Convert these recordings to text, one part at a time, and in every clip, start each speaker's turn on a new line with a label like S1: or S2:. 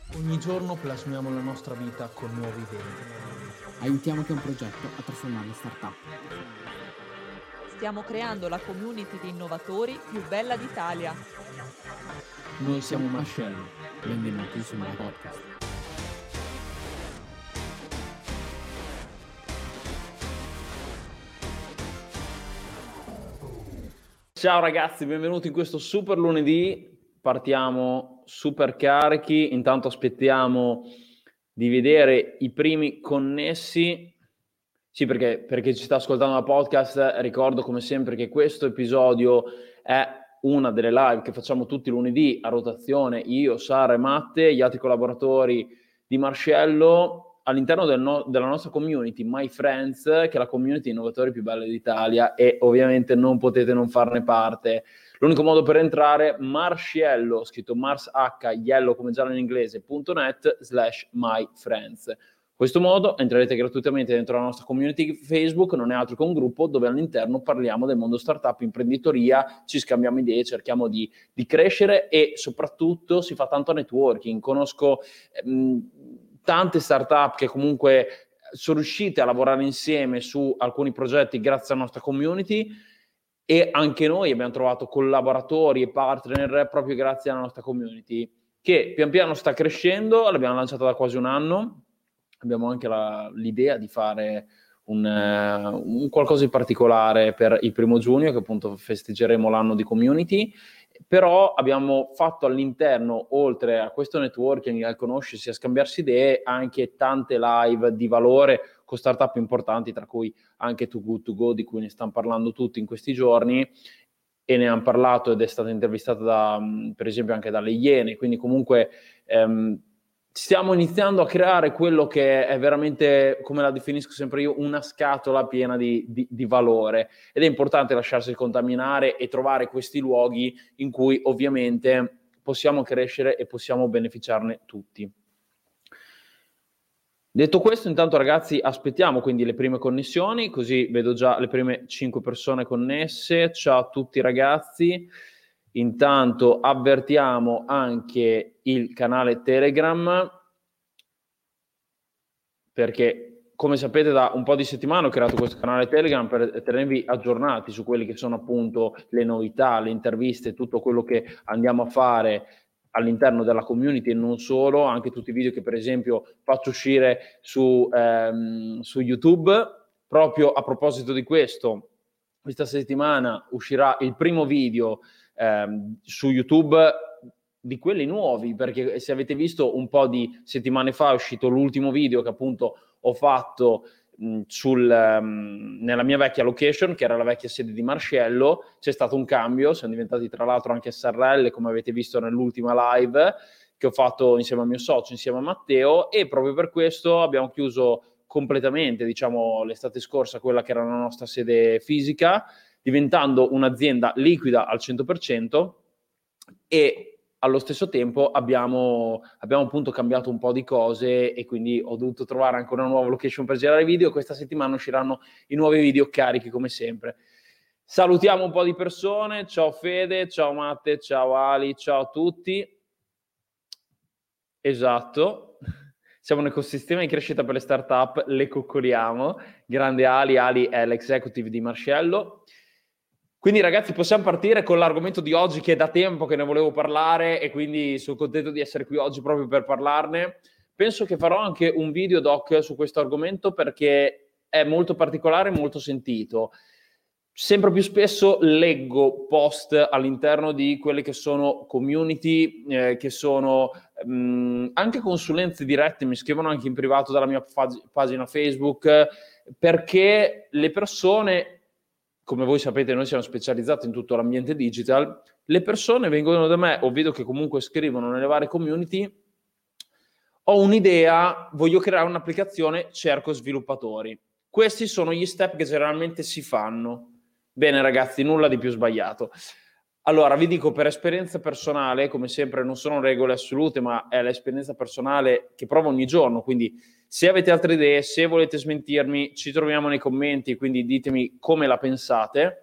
S1: Ogni giorno plasmiamo la nostra vita con nuove idee.
S2: Aiutiamo chi ha un progetto a trasformarlo in startup.
S3: Stiamo creando la community di innovatori più bella d'Italia.
S2: Noi siamo Marcello, benvenuti su My Podcast.
S4: Ciao ragazzi, benvenuti in questo super lunedì. Partiamo super carichi. Intanto aspettiamo di vedere i primi connessi. Sì, perché ci sta ascoltando la podcast, ricordo come sempre che questo episodio è una delle live che facciamo tutti i lunedì a rotazione, io, Sara e Matte, gli altri collaboratori di Marcello, all'interno della nostra community My Friends, che è la community di innovatori più bella d'Italia, e ovviamente non potete non farne parte. L'unico modo per entrare, Marcello, scritto Mars H, yellow come giallo in inglese.net/myfriends. In questo modo entrerete gratuitamente dentro la nostra community Facebook, non è altro che un gruppo dove all'interno parliamo del mondo startup, imprenditoria, ci scambiamo idee, cerchiamo di crescere e soprattutto si fa tanto networking. Conosco tante startup che comunque sono riuscite a lavorare insieme su alcuni progetti grazie alla nostra community, e anche noi abbiamo trovato collaboratori e partner proprio grazie alla nostra community, che pian piano sta crescendo. L'abbiamo lanciata da quasi un anno. Abbiamo anche l'idea di fare un qualcosa di particolare per il 1° giugno, che appunto festeggeremo l'anno di community, però abbiamo fatto all'interno, oltre a questo networking, al conoscersi, a scambiarsi idee, anche tante live di valore con startup importanti, tra cui anche Too Good To Go, di cui ne stanno parlando tutti in questi giorni, e ne hanno parlato ed è stata intervistata per esempio anche dalle Iene, quindi comunque stiamo iniziando a creare quello che è veramente, come la definisco sempre io, una scatola piena di valore, ed è importante lasciarsi contaminare e trovare questi luoghi in cui ovviamente possiamo crescere e possiamo beneficiarne tutti. Detto questo, intanto ragazzi aspettiamo quindi le prime connessioni, così vedo già le prime 5 persone connesse. Ciao a tutti ragazzi. Intanto avvertiamo anche il canale Telegram, perché come sapete da un po' di settimane ho creato questo canale Telegram per tenervi aggiornati su quelle che sono appunto le novità, le interviste, tutto quello che andiamo a fare all'interno della community e non solo, anche tutti i video che per esempio faccio uscire su YouTube. Proprio a proposito di questo, questa settimana uscirà il primo video su YouTube di quelli nuovi, perché se avete visto un po' di settimane fa è uscito l'ultimo video che appunto ho fatto nella mia vecchia location, che era la vecchia sede di Marcello. C'è stato un cambio, siamo diventati tra l'altro anche SRL, come avete visto nell'ultima live che ho fatto insieme al mio socio, insieme a Matteo, e proprio per questo abbiamo chiuso completamente, diciamo, l'estate scorsa quella che era la nostra sede fisica, diventando un'azienda liquida al 100%, e allo stesso tempo abbiamo appunto cambiato un po' di cose, e quindi ho dovuto trovare anche una nuova location per girare video. Questa settimana usciranno i nuovi video carichi come sempre. Salutiamo un po' di persone. Ciao Fede, ciao Matte, ciao Ali, ciao a tutti. Esatto, siamo un ecosistema in crescita per le startup, le coccoliamo. Grande Ali è l'executive di Marcello. Quindi ragazzi possiamo partire con l'argomento di oggi, che è da tempo che ne volevo parlare e quindi sono contento di essere qui oggi proprio per parlarne. Penso che farò anche un video doc su questo argomento perché è molto particolare, molto sentito. Sempre più spesso leggo post all'interno di quelle che sono community, che sono anche consulenze dirette, mi scrivono anche in privato dalla mia pagina Facebook, perché le persone, come voi sapete, noi siamo specializzati in tutto l'ambiente digital, le persone vengono da me o vedo che comunque scrivono nelle varie community: ho un'idea, voglio creare un'applicazione, cerco sviluppatori. Questi sono gli step che generalmente si fanno. Bene ragazzi, nulla di più sbagliato. Allora, vi dico per esperienza personale, come sempre non sono regole assolute, ma è l'esperienza personale che provo ogni giorno, quindi se avete altre idee, se volete smentirmi, ci troviamo nei commenti, quindi ditemi come la pensate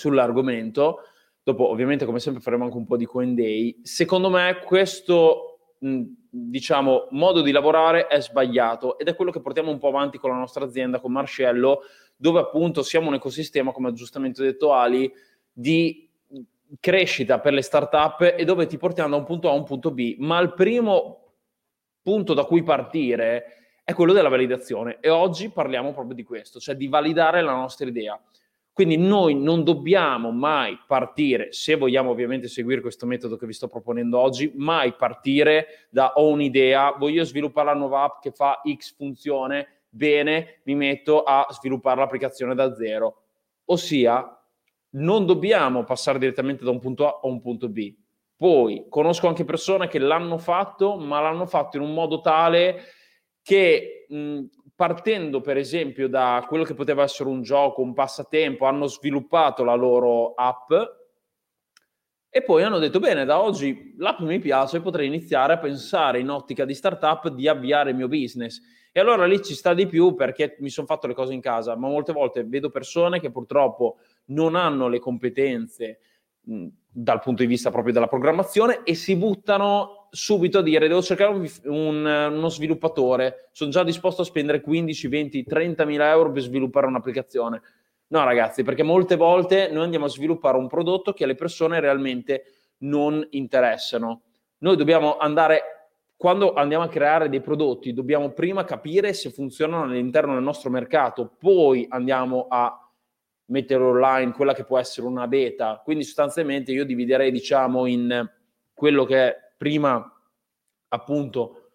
S4: sull'argomento. Dopo, ovviamente, come sempre, faremo anche un po' di Q&A. Secondo me, questo diciamo, modo di lavorare è sbagliato, ed è quello che portiamo un po' avanti con la nostra azienda, con Marcello, dove appunto siamo un ecosistema, come ha giustamente detto Ali, di crescita per le startup, e dove ti portiamo da un punto A a un punto B, ma il primo punto da cui partire è quello della validazione, e oggi parliamo proprio di questo, cioè di validare la nostra idea. Quindi noi non dobbiamo mai partire, se vogliamo ovviamente seguire questo metodo che vi sto proponendo oggi, mai partire da ho un'idea, voglio sviluppare la nuova app che fa X funzione, bene, mi metto a sviluppare l'applicazione da zero. Ossia, non dobbiamo passare direttamente da un punto A a un punto B. Poi conosco anche persone che l'hanno fatto, ma l'hanno fatto in un modo tale che partendo per esempio da quello che poteva essere un gioco, un passatempo, hanno sviluppato la loro app e poi hanno detto bene, da oggi l'app mi piace, potrei iniziare a pensare in ottica di startup di avviare il mio business. E allora lì ci sta di più, perché mi sono fatto le cose in casa, ma molte volte vedo persone che purtroppo non hanno le competenze dal punto di vista proprio della programmazione e si buttano subito a dire devo cercare uno sviluppatore, sono già disposto a spendere 15, 20, 30 mila euro per sviluppare un'applicazione. No ragazzi, perché molte volte noi andiamo a sviluppare un prodotto che alle persone realmente non interessano. Noi dobbiamo andare, quando andiamo a creare dei prodotti, dobbiamo prima capire se funzionano all'interno del nostro mercato, poi andiamo a mettere online quella che può essere una beta. Quindi sostanzialmente io dividerei, diciamo, in quello che è prima appunto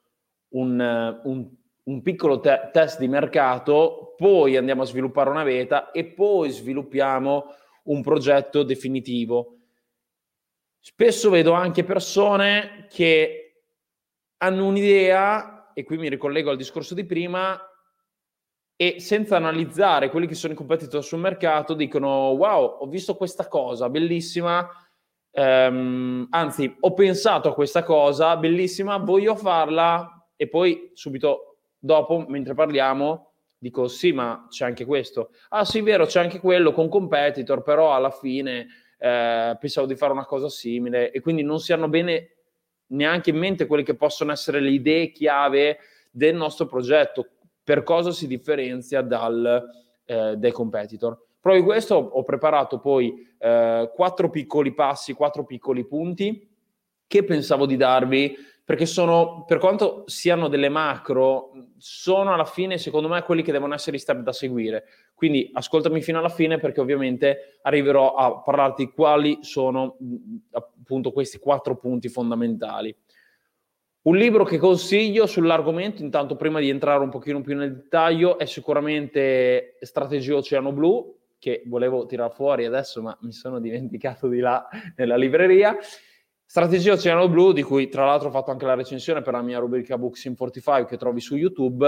S4: un piccolo test di mercato, poi andiamo a sviluppare una beta e poi sviluppiamo un progetto definitivo. Spesso vedo anche persone che hanno un'idea, e qui mi ricollego al discorso di prima, e senza analizzare quelli che sono i competitor sul mercato dicono wow, ho visto questa cosa bellissima, anzi ho pensato a questa cosa bellissima, voglio farla, e poi subito dopo, mentre parliamo, dico sì, ma c'è anche questo, ah sì, vero, c'è anche quello con competitor, però alla fine pensavo di fare una cosa simile, e quindi non si hanno bene neanche in mente quelle che possono essere le idee chiave del nostro progetto, per cosa si differenzia dai competitor. Proprio di questo ho preparato poi 4 piccoli passi, 4 piccoli punti che pensavo di darvi, perché sono, per quanto siano delle macro, sono alla fine secondo me quelli che devono essere i step da seguire. Quindi ascoltami fino alla fine, perché ovviamente arriverò a parlarti quali sono appunto questi 4 punti fondamentali. Un libro che consiglio sull'argomento, intanto prima di entrare un pochino più nel dettaglio, è sicuramente Strategia Oceano Blu, che volevo tirar fuori adesso, ma mi sono dimenticato di là nella libreria. Strategia Oceano Blu, di cui tra l'altro ho fatto anche la recensione per la mia rubrica Books in 45 che trovi su YouTube,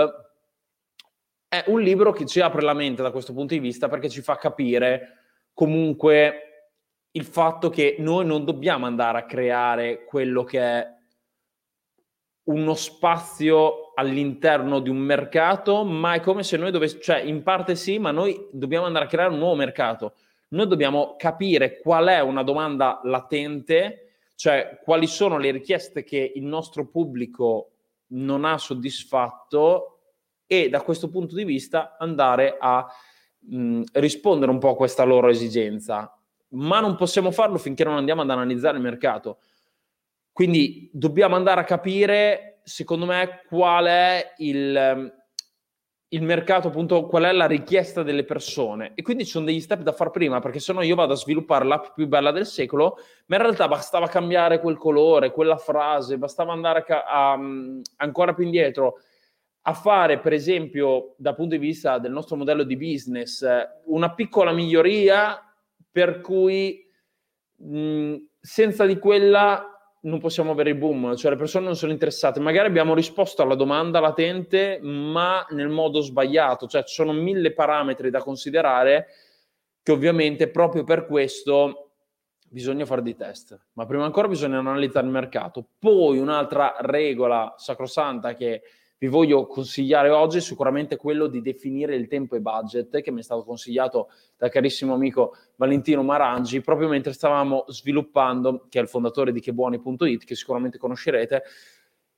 S4: è un libro che ci apre la mente da questo punto di vista, perché ci fa capire comunque il fatto che noi non dobbiamo andare a creare quello che è uno spazio all'interno di un mercato, ma è come se noi dovessimo, cioè in parte sì, ma noi dobbiamo andare a creare un nuovo mercato. Noi dobbiamo capire qual è una domanda latente, cioè quali sono le richieste che il nostro pubblico non ha soddisfatto, e da questo punto di vista andare a rispondere un po' a questa loro esigenza. Ma non possiamo farlo finché non andiamo ad analizzare il mercato. Quindi dobbiamo andare a capire, secondo me, qual è il mercato, appunto, qual è la richiesta delle persone. E quindi ci sono degli step da fare prima, perché se no io vado a sviluppare l'app più bella del secolo, ma in realtà bastava cambiare quel colore, quella frase, bastava andare ancora più indietro, a fare, per esempio, dal punto di vista del nostro modello di business, una piccola miglioria per cui senza di quella non possiamo avere il boom, cioè le persone non sono interessate, magari abbiamo risposto alla domanda latente ma nel modo sbagliato, cioè ci sono 1000 parametri da considerare, che ovviamente proprio per questo bisogna fare dei test, ma prima ancora bisogna analizzare il mercato. Poi un'altra regola sacrosanta che vi voglio consigliare oggi è sicuramente quello di definire il tempo e budget, che mi è stato consigliato dal carissimo amico Valentino Marangi, proprio mentre stavamo sviluppando, che è il fondatore di chebuoni.it, che sicuramente conoscerete,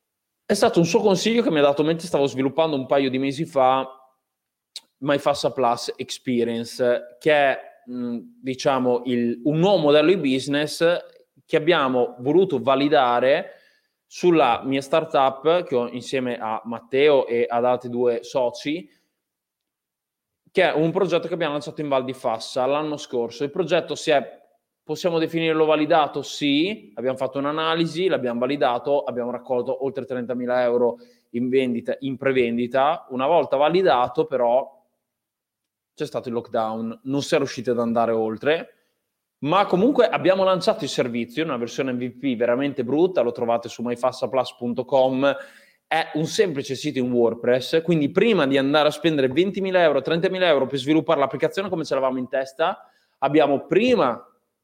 S4: È stato un suo consiglio che mi ha dato mentre stavo sviluppando un paio di mesi fa MyFassa Plus Experience, che è diciamo un nuovo modello di business che abbiamo voluto validare sulla mia startup che ho insieme a Matteo e ad altri 2 soci, che è un progetto che abbiamo lanciato in Val di Fassa l'anno scorso. Il progetto possiamo definirlo validato? Sì, abbiamo fatto un'analisi, l'abbiamo validato, abbiamo raccolto oltre 30.000 euro in prevendita. Una volta validato, però, c'è stato il lockdown, non si è riusciti ad andare oltre, ma comunque abbiamo lanciato il servizio in una versione MVP veramente brutta, lo trovate su myfassaplus.com, è un semplice sito in WordPress, quindi prima di andare a spendere 20.000 euro, 30.000 euro per sviluppare l'applicazione come ce l'avevamo in testa, abbiamo prima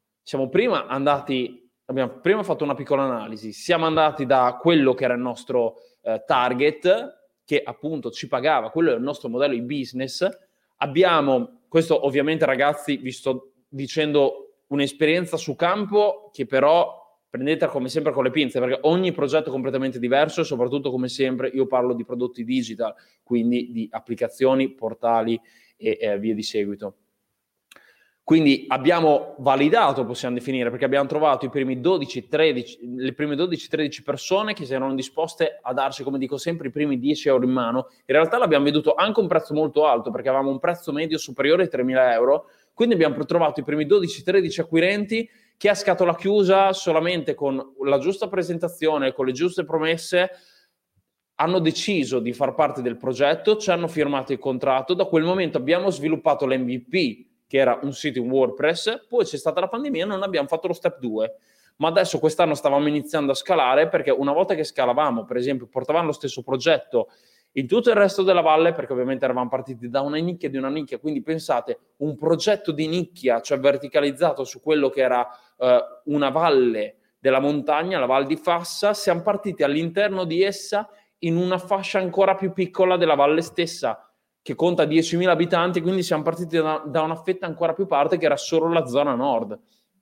S4: fatto una piccola analisi, siamo andati da quello che era il nostro target, che appunto ci pagava, quello è il nostro modello di business. Questo ovviamente ragazzi vi sto dicendo un'esperienza su campo che però prendetela come sempre con le pinze, perché ogni progetto è completamente diverso e soprattutto come sempre io parlo di prodotti digital, quindi di applicazioni, portali e via di seguito. Quindi abbiamo validato, possiamo definire, perché abbiamo trovato le prime 12-13 persone che si erano disposte a darci, come dico sempre, i primi 10 euro in mano. In realtà l'abbiamo veduto anche un prezzo molto alto, perché avevamo un prezzo medio superiore ai 3.000 euro, quindi abbiamo trovato i primi 12-13 acquirenti che a scatola chiusa, solamente con la giusta presentazione, con le giuste promesse, hanno deciso di far parte del progetto, ci hanno firmato il contratto. Da quel momento abbiamo sviluppato l'MVP, che era un sito in WordPress, poi c'è stata la pandemia e non abbiamo fatto lo step 2, ma adesso quest'anno stavamo iniziando a scalare, perché una volta che scalavamo, per esempio, portavamo lo stesso progetto in tutto il resto della valle, perché ovviamente eravamo partiti da una nicchia di una nicchia, quindi pensate, un progetto di nicchia, cioè verticalizzato su quello che era una valle della montagna, la Val di Fassa, siamo partiti all'interno di essa in una fascia ancora più piccola della valle stessa, che conta 10.000 abitanti, quindi siamo partiti da una fetta ancora più parte che era solo la zona nord.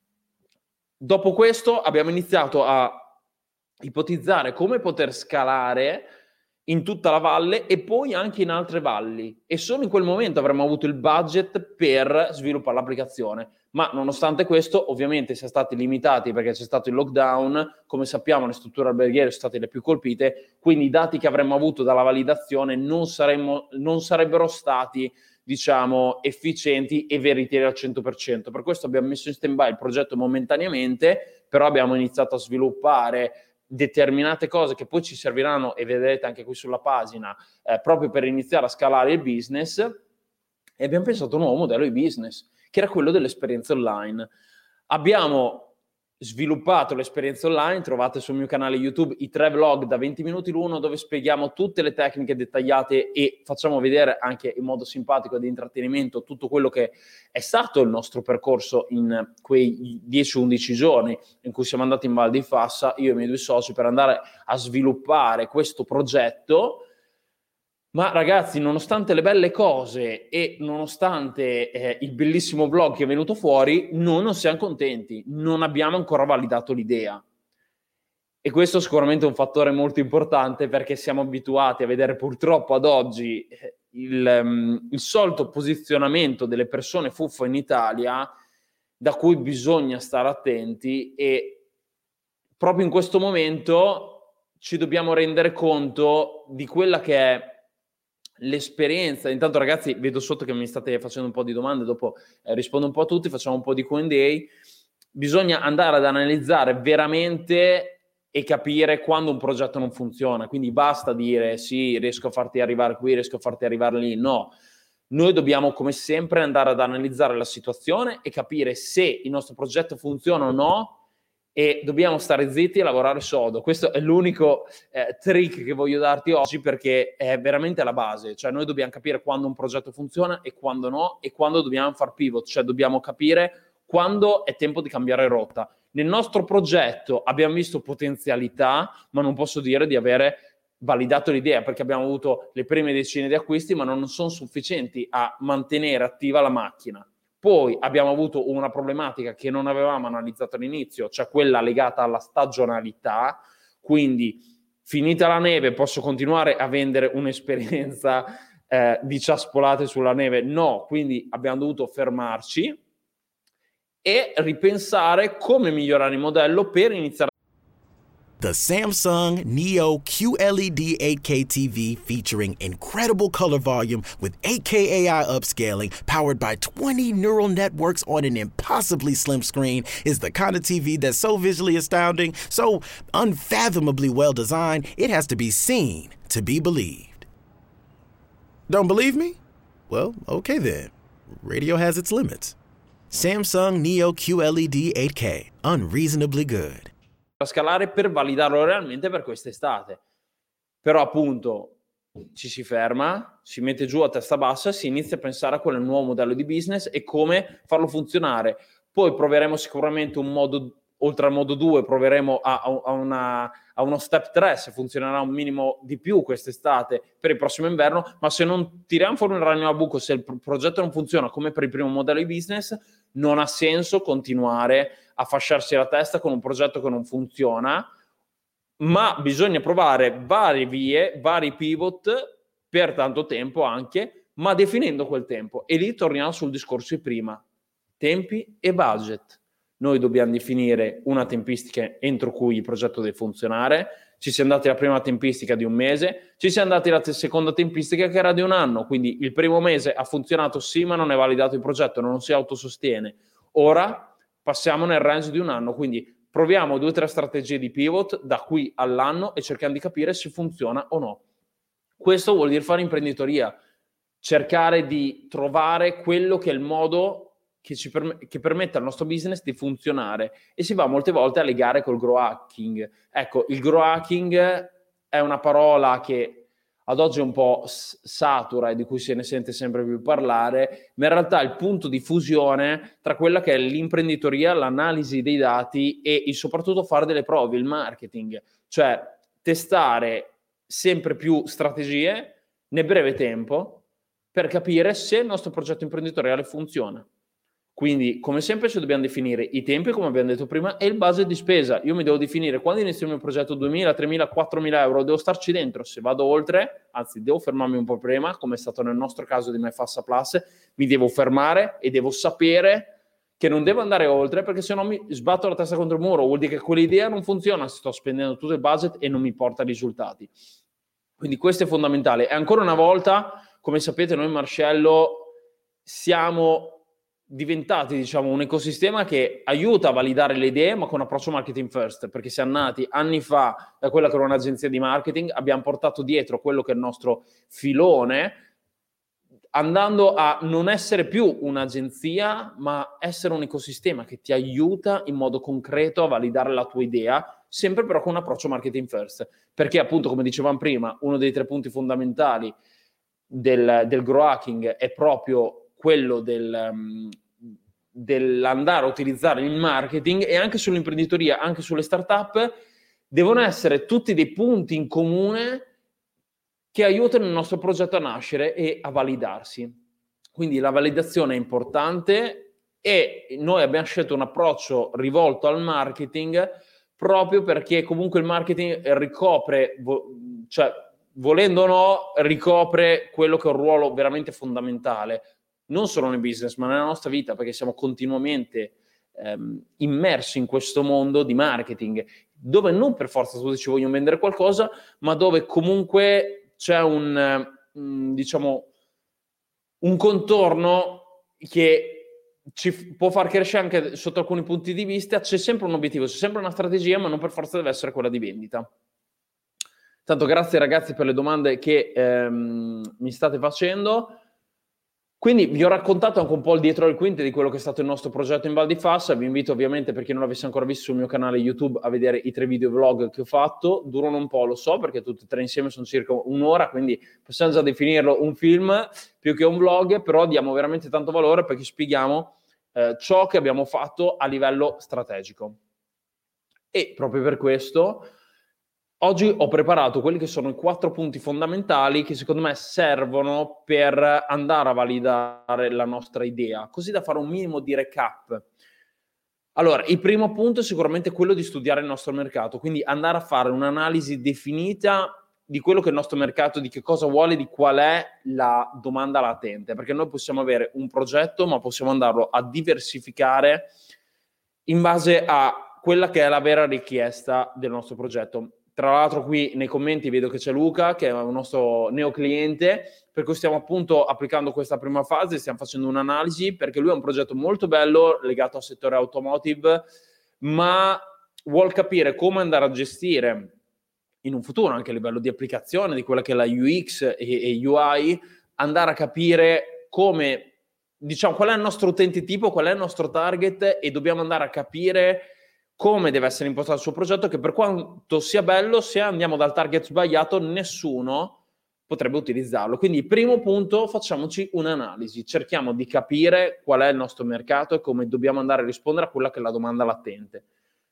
S4: Dopo questo abbiamo iniziato a ipotizzare come poter scalare in tutta la valle e poi anche in altre valli, e solo in quel momento avremmo avuto il budget per sviluppare l'applicazione. Ma nonostante questo, ovviamente siamo stati limitati perché c'è stato il lockdown, come sappiamo le strutture alberghiere sono state le più colpite, quindi i dati che avremmo avuto dalla validazione non sarebbero stati, diciamo, efficienti e veritieri al 100%. Per questo abbiamo messo in stand-by il progetto momentaneamente, però abbiamo iniziato a sviluppare determinate cose che poi ci serviranno, e vedrete anche qui sulla pagina, proprio per iniziare a scalare il business, e abbiamo pensato a un nuovo modello di business, che era quello dell'esperienza online. Abbiamo sviluppato l'esperienza online, trovate sul mio canale YouTube i 3 vlog da 20 minuti l'uno, dove spieghiamo tutte le tecniche dettagliate e facciamo vedere anche in modo simpatico e di intrattenimento tutto quello che è stato il nostro percorso in quei 10-11 giorni in cui siamo andati in Val di Fassa, io e i miei 2 soci, per andare a sviluppare questo progetto. Ma ragazzi, nonostante le belle cose e nonostante il bellissimo vlog che è venuto fuori, noi non siamo contenti, non abbiamo ancora validato l'idea. E questo sicuramente è un fattore molto importante, perché siamo abituati a vedere purtroppo ad oggi il solito posizionamento delle persone fuffa in Italia, da cui bisogna stare attenti, e proprio in questo momento ci dobbiamo rendere conto di quella che è l'esperienza. Intanto ragazzi, vedo sotto che mi state facendo un po' di domande, dopo rispondo un po' a tutti, facciamo un po' di Q&A. Bisogna andare ad analizzare veramente e capire quando un progetto non funziona, quindi basta dire sì, riesco a farti arrivare qui, riesco a farti arrivare lì, no. Noi dobbiamo come sempre andare ad analizzare la situazione e capire se il nostro progetto funziona o no, e dobbiamo stare zitti e lavorare sodo. Questo è l'unico trick che voglio darti oggi, perché è veramente la base. Cioè noi dobbiamo capire quando un progetto funziona e quando no, e quando dobbiamo far pivot, cioè dobbiamo capire quando è tempo di cambiare rotta. Nel nostro progetto abbiamo visto potenzialità, ma non posso dire di avere validato l'idea, perché abbiamo avuto le prime decine di acquisti, ma non sono sufficienti a mantenere attiva la macchina. Poi abbiamo avuto una problematica che non avevamo analizzato all'inizio, cioè quella legata alla stagionalità, quindi finita la neve posso continuare a vendere un'esperienza di ciaspolate sulla neve? No, quindi abbiamo dovuto fermarci e ripensare come migliorare il modello per iniziare.
S5: The Samsung Neo QLED 8K TV featuring incredible color volume with 8K AI upscaling powered by 20 neural networks on an impossibly slim screen is the kind of TV that's so visually astounding, so unfathomably well designed, it has to be seen to be believed. Don't believe me? Well, okay then. Radio has its limits. Samsung Neo QLED 8K, unreasonably good.
S4: A scalare per validarlo realmente per quest'estate. Però appunto ci si ferma, si mette giù a testa bassa, si inizia a pensare a quel nuovo modello di business e come farlo funzionare. Poi proveremo sicuramente un modo, oltre al modo 2, proveremo a uno step 3, se funzionerà un minimo di più quest'estate per il prossimo inverno, ma se non tiriamo fuori un ragno al buco, se il progetto non funziona come per il primo modello di business, non ha senso continuare a fasciarsi la testa con un progetto che non funziona, ma bisogna provare varie vie, vari pivot per tanto tempo anche, ma definendo quel tempo. E lì torniamo sul discorso di prima, tempi e budget. Noi dobbiamo definire una tempistica entro cui il progetto deve funzionare. Ci siamo dati la prima tempistica di un mese, ci siamo dati la seconda tempistica che era di un anno, quindi il primo mese ha funzionato sì, ma non è validato il progetto, non si autosostiene. Ora passiamo nel range di un anno, quindi proviamo 2 o 3 strategie di pivot da qui all'anno e cerchiamo di capire se funziona o no. Questo vuol dire fare imprenditoria, cercare di trovare quello che è il modo che permette al nostro business di funzionare, e si va molte volte a legare col grow hacking. Ecco, il grow hacking è una parola che ad oggi è un po' satura e di cui se ne sente sempre più parlare, ma in realtà è il punto di fusione tra quella che è l'imprenditoria, l'analisi dei dati e soprattutto fare delle prove, il marketing, cioè testare sempre più strategie nel breve tempo per capire se il nostro progetto imprenditoriale funziona. Quindi, come sempre, ci dobbiamo definire i tempi, come abbiamo detto prima, e il budget di spesa. Io mi devo definire quando inizio il mio progetto 2.000, 3.000, 4.000 euro, devo starci dentro. Se vado oltre, anzi, devo fermarmi un po' prima, come è stato nel nostro caso di MyFassa Plus, mi devo fermare e devo sapere che non devo andare oltre, perché se no mi sbatto la testa contro il muro. Vuol dire che quell'idea non funziona, sto spendendo tutto il budget e non mi porta risultati. Quindi questo è fondamentale. E ancora una volta, come sapete, noi in Marcello siamo diventati, diciamo, un ecosistema che aiuta a validare le idee, ma con approccio marketing first, perché siamo nati anni fa da quella che era un'agenzia di marketing, abbiamo portato dietro quello che è il nostro filone, andando a non essere più un'agenzia, ma essere un ecosistema che ti aiuta in modo concreto a validare la tua idea, sempre però con un approccio marketing first, perché appunto, come dicevamo prima, uno dei 3 punti fondamentali del grow hacking è proprio quello dell'andare a utilizzare il marketing, e anche sull'imprenditoria, anche sulle startup, devono essere tutti dei punti in comune che aiutano il nostro progetto a nascere e a validarsi. Quindi la validazione è importante e noi abbiamo scelto un approccio rivolto al marketing proprio perché comunque il marketing ricopre, cioè volendo o no, ricopre quello che è un ruolo veramente fondamentale, non solo nel business, ma nella nostra vita, perché siamo continuamente immersi in questo mondo di marketing, dove non per forza tutti ci vogliono vendere qualcosa, ma dove comunque c'è diciamo, un contorno che ci può far crescere anche sotto alcuni punti di vista. C'è sempre un obiettivo, c'è sempre una strategia, ma non per forza deve essere quella di vendita. Tanto grazie ragazzi per le domande che mi state facendo. Quindi vi ho raccontato anche un po' il dietro le quinte di quello che è stato il nostro progetto in Val di Fassa. Vi invito ovviamente, per chi non l'avesse ancora visto sul mio canale YouTube, a vedere i 3 video vlog che ho fatto. Durano un po', lo so, perché tutti e 3 insieme sono circa un'ora, quindi possiamo già definirlo un film più che un vlog, però diamo veramente tanto valore perché spieghiamo ciò che abbiamo fatto a livello strategico. E proprio per questo oggi ho preparato quelli che sono i 4 punti fondamentali che secondo me servono per andare a validare la nostra idea, così da fare un minimo di recap. Allora, il primo punto è sicuramente quello di studiare il nostro mercato, quindi andare a fare un'analisi definita di quello che è il nostro mercato, di che cosa vuole, di qual è la domanda latente, perché noi possiamo avere un progetto, ma possiamo andarlo a diversificare in base a quella che è la vera richiesta del nostro progetto. Tra l'altro qui nei commenti vedo che c'è Luca, che è un nostro neo cliente, per cui stiamo appunto applicando questa prima fase, stiamo facendo un'analisi, perché lui ha un progetto molto bello legato al settore automotive, ma vuol capire come andare a gestire in un futuro, anche a livello di applicazione, di quella che è la UX e UI, andare a capire come, diciamo, qual è il nostro utente tipo, qual è il nostro target, e dobbiamo andare a capire come deve essere impostato il suo progetto, che per quanto sia bello, se andiamo dal target sbagliato, nessuno potrebbe utilizzarlo. Quindi, primo punto, facciamoci un'analisi, cerchiamo di capire qual è il nostro mercato e come dobbiamo andare a rispondere a quella che è la domanda latente.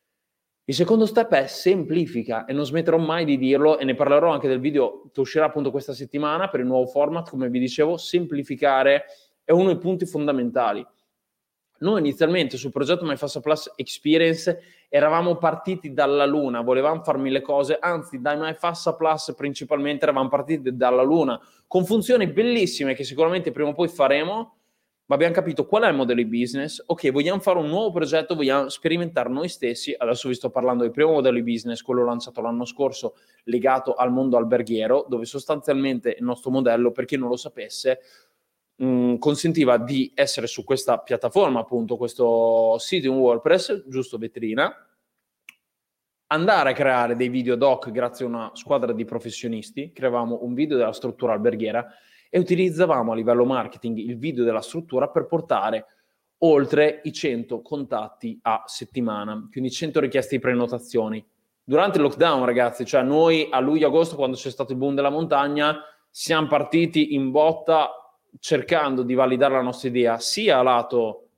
S4: Il secondo step è semplifica, e non smetterò mai di dirlo, e ne parlerò anche del video che uscirà appunto questa settimana per il nuovo format. Come vi dicevo, semplificare è uno dei punti fondamentali. Noi inizialmente sul progetto MyFassa Plus Experience eravamo partiti dalla luna, volevamo fare 1000 cose, anzi dai MyFassa Plus principalmente eravamo partiti dalla luna, con funzioni bellissime che sicuramente prima o poi faremo, ma abbiamo capito qual è il modello di business. Ok, vogliamo fare un nuovo progetto, vogliamo sperimentare noi stessi. Adesso vi sto parlando del primo modello di business, quello lanciato l'anno scorso, legato al mondo alberghiero, dove sostanzialmente il nostro modello, per chi non lo sapesse, consentiva di essere su questa piattaforma, appunto questo sito in WordPress, giusto vetrina, andare a creare dei video doc grazie a una squadra di professionisti. Creavamo un video della struttura alberghiera e utilizzavamo a livello marketing il video della struttura per portare oltre i 100 contatti a settimana, quindi 100 richieste di prenotazioni. Durante il lockdown, ragazzi, cioè noi a luglio-agosto, quando c'è stato il boom della montagna, siamo partiti in botta cercando di validare la nostra idea sia a lato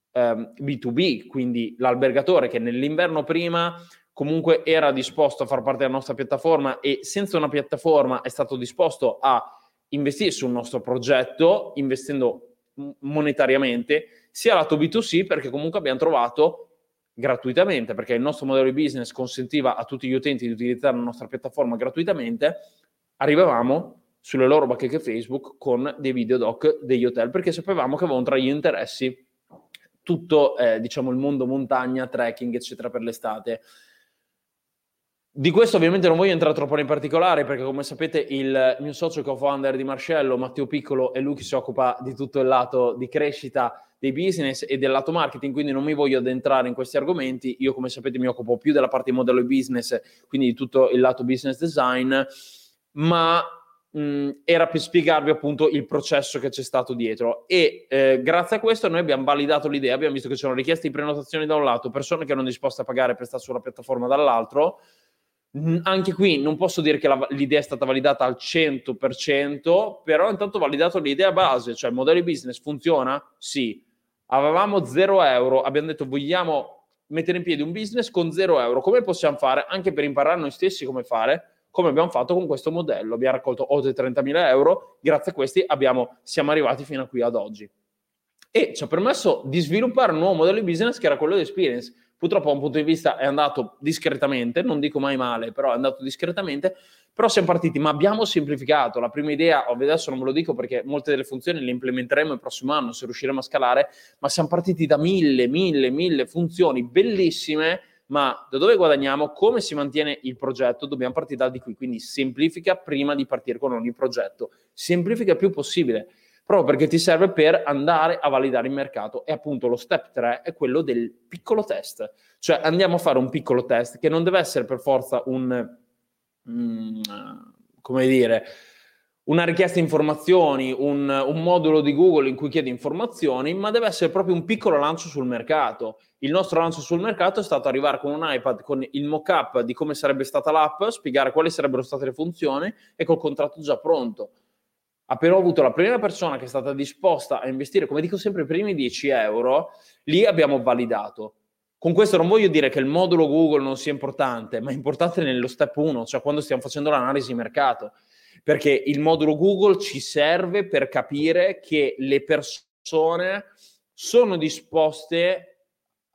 S4: B2B, quindi l'albergatore che nell'inverno prima comunque era disposto a far parte della nostra piattaforma, e senza una piattaforma è stato disposto a investire sul nostro progetto, investendo monetariamente, sia lato B2C, perché comunque abbiamo trovato gratuitamente, perché il nostro modello di business consentiva a tutti gli utenti di utilizzare la nostra piattaforma gratuitamente, arrivavamo sulle loro bacheche Facebook con dei video doc degli hotel, perché sapevamo che avevano tra gli interessi tutto diciamo il mondo montagna, trekking eccetera per l'estate. Di questo ovviamente non voglio entrare troppo nei particolari, perché come sapete il mio socio co-founder di Marcello, Matteo Piccolo, è lui che si occupa di tutto il lato di crescita dei business e del lato marketing, quindi non mi voglio addentrare in questi argomenti. Io, come sapete, mi occupo più della parte di modello di business, quindi di tutto il lato business design, ma era per spiegarvi appunto il processo che c'è stato dietro, e grazie a questo noi abbiamo validato l'idea, abbiamo visto che c'erano richieste di prenotazioni da un lato, persone che erano disposte a pagare per stare sulla piattaforma dall'altro. Anche qui non posso dire che l'idea è stata validata al 100%, però intanto validato l'idea base, cioè il modello di business funziona? Sì. Avevamo 0 euro, abbiamo detto vogliamo mettere in piedi un business con 0 euro, come possiamo fare? Anche per imparare noi stessi come fare, come abbiamo fatto con questo modello. Abbiamo raccolto oltre 30.000 euro, grazie a questi siamo arrivati fino a qui ad oggi. E ci ha permesso di sviluppare un nuovo modello di business che era quello di Experience. Purtroppo da un punto di vista è andato discretamente, non dico mai male, però è andato discretamente, però siamo partiti, ma abbiamo semplificato. La prima idea, adesso non ve lo dico perché molte delle funzioni le implementeremo il prossimo anno se riusciremo a scalare, ma siamo partiti da mille funzioni bellissime, ma da dove guadagniamo, come si mantiene il progetto, dobbiamo partire da di qui. Quindi semplifica prima di partire con ogni progetto, semplifica il più possibile, proprio perché ti serve per andare a validare il mercato. E appunto lo step 3 è quello del piccolo test, cioè andiamo a fare un piccolo test che non deve essere per forza una richiesta di informazioni, un modulo di Google in cui chiedi informazioni, ma deve essere proprio un piccolo lancio sul mercato. Il nostro lancio sul mercato è stato arrivare con un iPad con il mock-up di come sarebbe stata l'app, spiegare quali sarebbero state le funzioni e col contratto già pronto. Appena ho avuto la prima persona che è stata disposta a investire, come dico sempre, i primi 10 euro, lì abbiamo validato. Con questo non voglio dire che il modulo Google non sia importante, ma è importante nello step 1, cioè quando stiamo facendo l'analisi di mercato, perché il modulo Google ci serve per capire che le persone sono disposte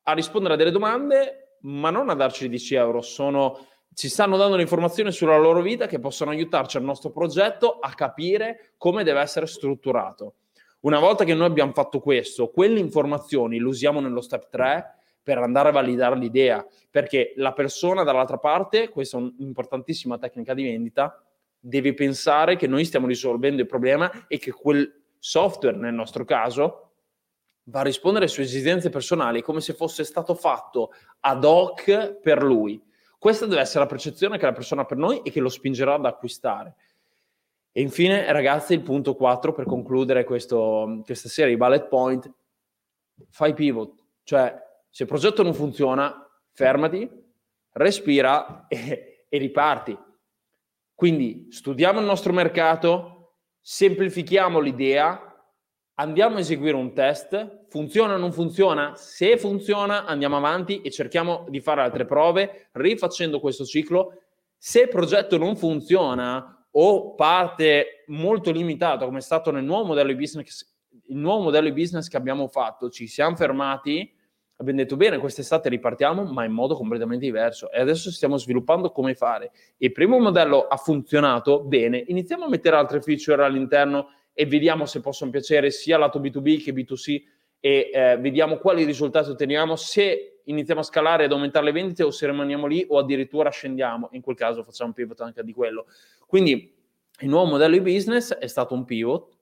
S4: a rispondere a delle domande, ma non a darci 10 euro, ci stanno dando le informazioni sulla loro vita che possono aiutarci al nostro progetto a capire come deve essere strutturato. Una volta che noi abbiamo fatto questo, quelle informazioni le usiamo nello step 3 per andare a validare l'idea, perché la persona dall'altra parte, questa è un'importantissima tecnica di vendita, deve pensare che noi stiamo risolvendo il problema e che quel software, nel nostro caso, va a rispondere alle sue esigenze personali come se fosse stato fatto ad hoc per lui. Questa deve essere la percezione che la persona ha per noi e che lo spingerà ad acquistare. E infine, ragazzi, il punto 4 per concludere questa serie di bullet point: fai pivot. Cioè, se il progetto non funziona, fermati, respira e riparti. Quindi studiamo il nostro mercato, semplifichiamo l'idea, andiamo a eseguire un test, funziona o non funziona? Se funziona, andiamo avanti e cerchiamo di fare altre prove, rifacendo questo ciclo. Se il progetto non funziona o parte molto limitato, come è stato nel nuovo modello di business, il nuovo modello di business che abbiamo fatto, ci siamo fermati, abbiamo detto bene, quest'estate ripartiamo, ma in modo completamente diverso. E adesso stiamo sviluppando come fare. Il primo modello ha funzionato bene, iniziamo a mettere altre feature all'interno e vediamo se possono piacere sia lato B2B che B2C e vediamo quali risultati otteniamo, se iniziamo a scalare ed aumentare le vendite o se rimaniamo lì o addirittura scendiamo. In quel caso facciamo un pivot anche di quello. Quindi il nuovo modello di business è stato un pivot,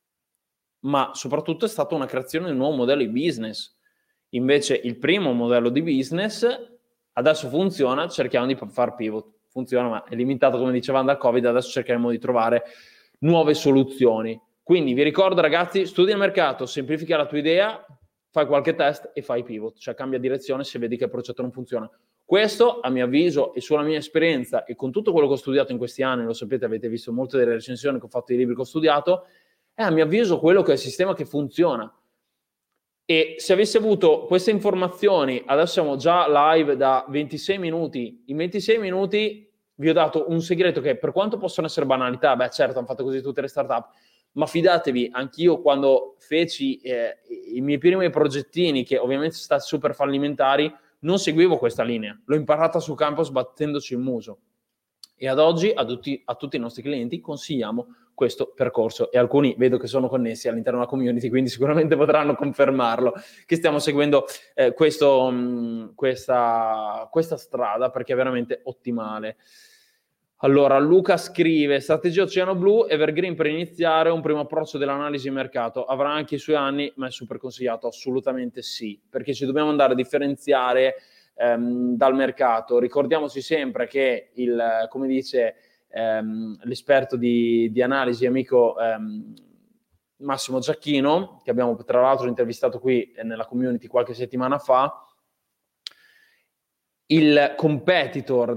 S4: ma soprattutto è stata una creazione di un nuovo modello di business. Invece il primo modello di business adesso funziona, cerchiamo di far pivot. Funziona, ma è limitato, come dicevamo, dal Covid, adesso cercheremo di trovare nuove soluzioni. Quindi vi ricordo, ragazzi, studia il mercato, semplifica la tua idea, fai qualche test e fai pivot, cioè cambia direzione se vedi che il progetto non funziona. Questo, a mio avviso, e sulla mia esperienza e con tutto quello che ho studiato in questi anni, lo sapete, avete visto molte delle recensioni che ho fatto dei libri che ho studiato, è a mio avviso quello che è il sistema che funziona. E se avessi avuto queste informazioni, adesso siamo già live da 26 minuti, in 26 minuti vi ho dato un segreto che, per quanto possono essere banalità, beh certo, hanno fatto così tutte le startup, ma fidatevi, anch'io quando feci i miei primi progettini, che ovviamente sono stati super fallimentari, non seguivo questa linea, l'ho imparata sul campo sbattendoci il muso. E ad oggi a tutti i nostri clienti consigliamo questo percorso, e alcuni vedo che sono connessi all'interno della community, quindi sicuramente potranno confermarlo che stiamo seguendo questa strada, perché è veramente ottimale. Allora, Luca scrive: strategia Oceano Blu, evergreen per iniziare, un primo approccio dell'analisi di mercato. Avrà anche i suoi anni, ma è super consigliato, assolutamente sì, perché ci dobbiamo andare a differenziare dal mercato. Ricordiamoci sempre che come dice l'esperto di analisi, amico Massimo Giacchino, che abbiamo tra l'altro intervistato qui nella community qualche settimana fa, il competitor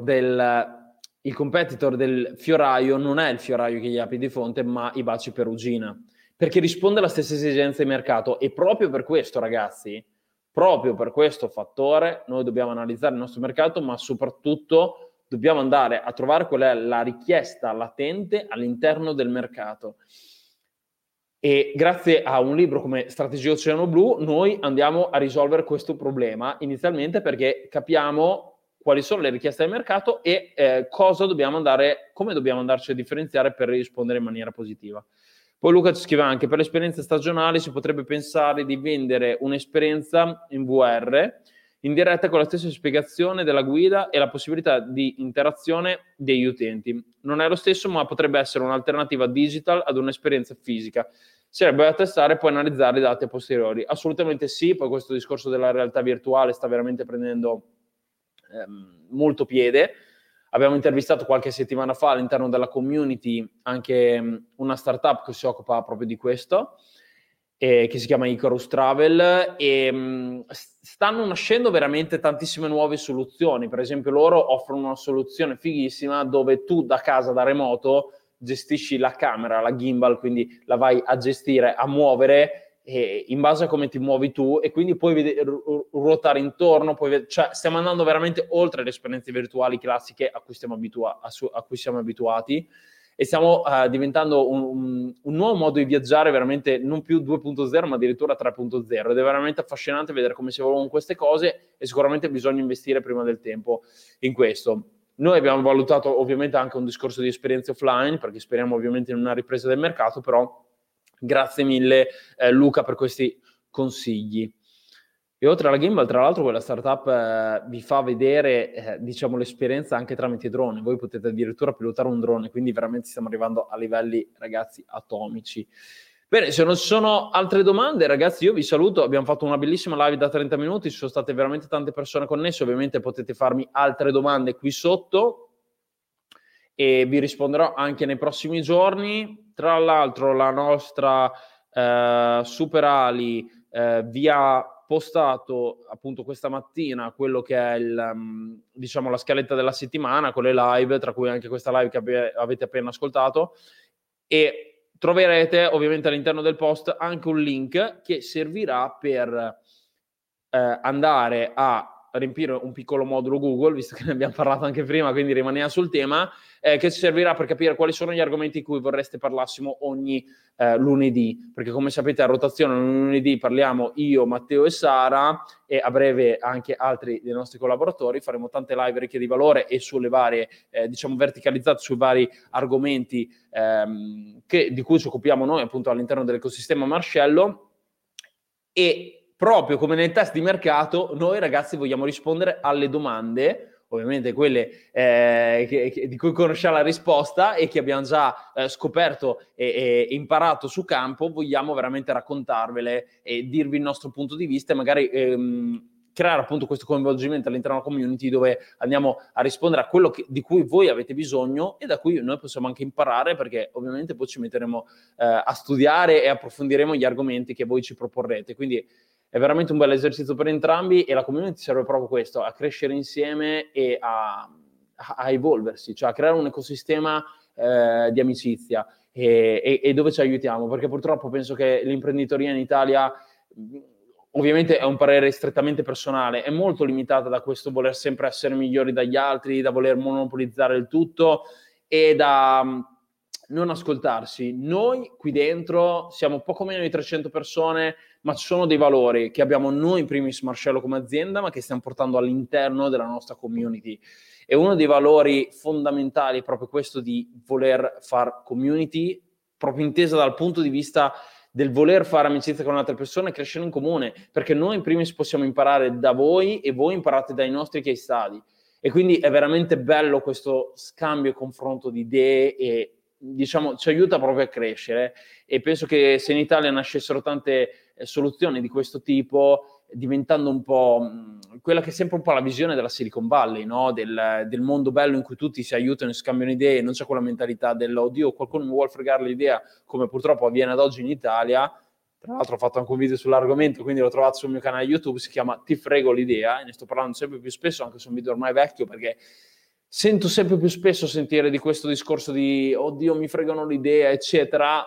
S4: del fioraio non è il fioraio che gli apre di fronte, ma i baci perugina, perché risponde alla stessa esigenza di mercato. E proprio per questo, ragazzi, proprio per questo fattore, noi dobbiamo analizzare il nostro mercato, ma soprattutto dobbiamo andare a trovare qual è la richiesta latente all'interno del mercato. E grazie a un libro come Strategia Oceano Blu noi andiamo a risolvere questo problema inizialmente, perché capiamo quali sono le richieste del mercato e come dobbiamo andarci a differenziare per rispondere in maniera positiva. Poi Luca ci scrive anche: per le esperienze stagionali si potrebbe pensare di vendere un'esperienza in VR in diretta con la stessa spiegazione della guida e la possibilità di interazione degli utenti. Non è lo stesso, ma potrebbe essere un'alternativa digital ad un'esperienza fisica. Sarebbe da testare e poi analizzare i dati a posteriori. Assolutamente sì, poi questo discorso della realtà virtuale sta veramente prendendo molto piede. Abbiamo intervistato qualche settimana fa all'interno della community anche una startup che si occupa proprio di questo, che si chiama Icarus Travel, e stanno nascendo veramente tantissime nuove soluzioni. Per esempio loro offrono una soluzione fighissima dove tu da casa, da remoto, gestisci la camera, la gimbal, quindi la vai a gestire, a muovere in base a come ti muovi tu, e quindi puoi ruotare intorno, cioè stiamo andando veramente oltre le esperienze virtuali classiche a cui siamo abituati, e stiamo diventando un nuovo modo di viaggiare, veramente non più 2.0 ma addirittura 3.0, ed è veramente affascinante vedere come si evolvono queste cose, e sicuramente bisogna investire prima del tempo in questo. Noi abbiamo valutato ovviamente anche un discorso di esperienze offline, perché speriamo ovviamente in una ripresa del mercato, però grazie mille Luca per questi consigli. E oltre alla Gimbal, tra l'altro, quella startup vi fa vedere diciamo l'esperienza anche tramite drone. Voi potete addirittura pilotare un drone, quindi veramente stiamo arrivando a livelli, ragazzi, atomici. Bene, se non ci sono altre domande, ragazzi, io vi saluto. Abbiamo fatto una bellissima live da 30 minuti, ci sono state veramente tante persone connesse. Ovviamente potete farmi altre domande qui sotto e vi risponderò anche nei prossimi giorni. Tra l'altro la nostra Super Ali vi ha postato appunto questa mattina quello che è diciamo la scaletta della settimana con le live, tra cui anche questa live che avete appena ascoltato, e troverete ovviamente all'interno del post anche un link che servirà per andare a riempire un piccolo modulo Google, visto che ne abbiamo parlato anche prima, quindi rimaniamo sul tema, che ci servirà per capire quali sono gli argomenti di cui vorreste parlassimo ogni lunedì, perché come sapete a rotazione ogni lunedì parliamo io, Matteo e Sara, e a breve anche altri dei nostri collaboratori. Faremo tante live ricche di valore e sulle varie, diciamo verticalizzate sui vari argomenti di cui ci occupiamo noi appunto all'interno dell'ecosistema Marcello. E proprio come nel test di mercato, noi ragazzi vogliamo rispondere alle domande, ovviamente quelle di cui conosciamo la risposta e che abbiamo già scoperto e imparato su campo. Vogliamo veramente raccontarvele e dirvi il nostro punto di vista e magari creare appunto questo coinvolgimento all'interno della community, dove andiamo a rispondere a quello di cui voi avete bisogno e da cui noi possiamo anche imparare, perché ovviamente poi ci metteremo a studiare e approfondiremo gli argomenti che voi ci proporrete. Quindi è veramente un bel esercizio per entrambi, e la community serve proprio questo, a crescere insieme e a evolversi, cioè a creare un ecosistema di amicizia e dove ci aiutiamo, perché purtroppo penso che l'imprenditoria in Italia, ovviamente è un parere strettamente personale, è molto limitata da questo voler sempre essere migliori dagli altri, da voler monopolizzare il tutto e da non ascoltarsi. Noi qui dentro siamo poco meno di 300 persone, ma ci sono dei valori che abbiamo noi in primis Marcello come azienda, ma che stiamo portando all'interno della nostra community. E uno dei valori fondamentali è proprio questo di voler far community, proprio intesa dal punto di vista del voler fare amicizia con altre persone e crescere in comune, perché noi in primis possiamo imparare da voi e voi imparate dai nostri case study. E quindi è veramente bello questo scambio e confronto di idee e diciamo ci aiuta proprio a crescere, e penso che se in Italia nascessero tante soluzioni di questo tipo, diventando un po' quella che è sempre un po' la visione della Silicon Valley, no? del mondo bello in cui tutti si aiutano e scambiano idee, non c'è quella mentalità dell'oddio, qualcuno mi vuole fregare l'idea, come purtroppo avviene ad oggi in Italia. Tra l'altro ho fatto anche un video sull'argomento, quindi l'ho trovato sul mio canale YouTube, si chiama Ti frego l'idea, e ne sto parlando sempre più spesso, anche se è un video ormai vecchio, perché sento sempre più spesso sentire di questo discorso di oddio mi fregano l'idea eccetera,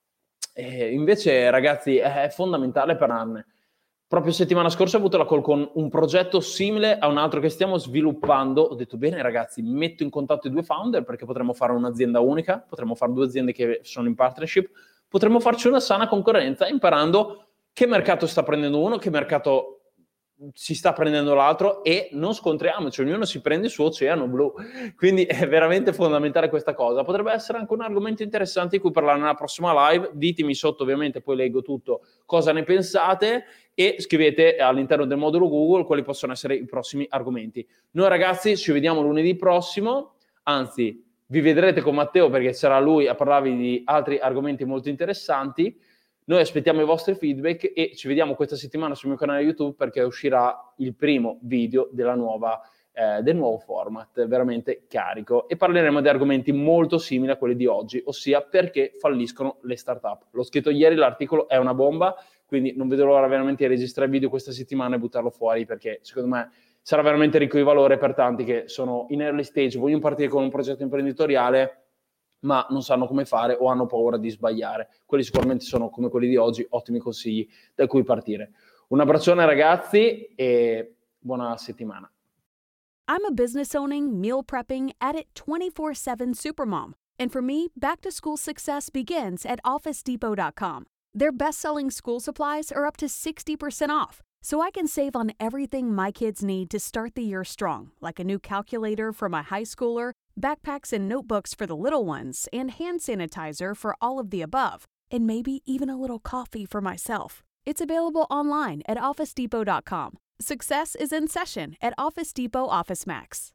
S4: e invece ragazzi è fondamentale parlarne. Proprio settimana scorsa ho avuto la call con un progetto simile a un altro che stiamo sviluppando. Ho detto bene ragazzi, metto in contatto i due founder perché potremmo fare un'azienda unica, potremmo fare due aziende che sono in partnership, potremmo farci una sana concorrenza imparando che mercato sta prendendo uno, che mercato si sta prendendo l'altro, e non scontriamoci, ognuno si prende il suo oceano blu. Quindi è veramente fondamentale questa cosa. Potrebbe essere anche un argomento interessante di cui parlare nella prossima live. Ditemi sotto, ovviamente poi leggo tutto, cosa ne pensate, e scrivete all'interno del modulo Google quali possono essere i prossimi argomenti. Noi ragazzi ci vediamo lunedì prossimo, anzi vi vedrete con Matteo perché sarà lui a parlarvi di altri argomenti molto interessanti. Noi aspettiamo i vostri feedback e ci vediamo questa settimana sul mio canale YouTube, perché uscirà il primo video della del nuovo format, veramente carico, e parleremo di argomenti molto simili a quelli di oggi, ossia perché falliscono le startup. L'ho scritto ieri, l'articolo è una bomba, quindi non vedo l'ora veramente di registrare il video questa settimana e buttarlo fuori, perché secondo me sarà veramente ricco di valore per tanti che sono in early stage, vogliono partire con un progetto imprenditoriale ma non sanno come fare o hanno paura di sbagliare. Quelli sicuramente sono, come quelli di oggi, ottimi consigli da cui partire. Un abbraccione ragazzi e buona settimana.
S6: I'm a business owning, meal prepping, edit 24/7 supermom. And for me, back-to-school success begins at OfficeDepot.com. Their best-selling school supplies are up to 60% off, so I can save on everything my kids need to start the year strong, like a new calculator for my high schooler, backpacks and notebooks for the little ones, and hand sanitizer for all of the above, and maybe even a little coffee for myself. It's available online at OfficeDepot.com. Success is in session at Office Depot Office Max.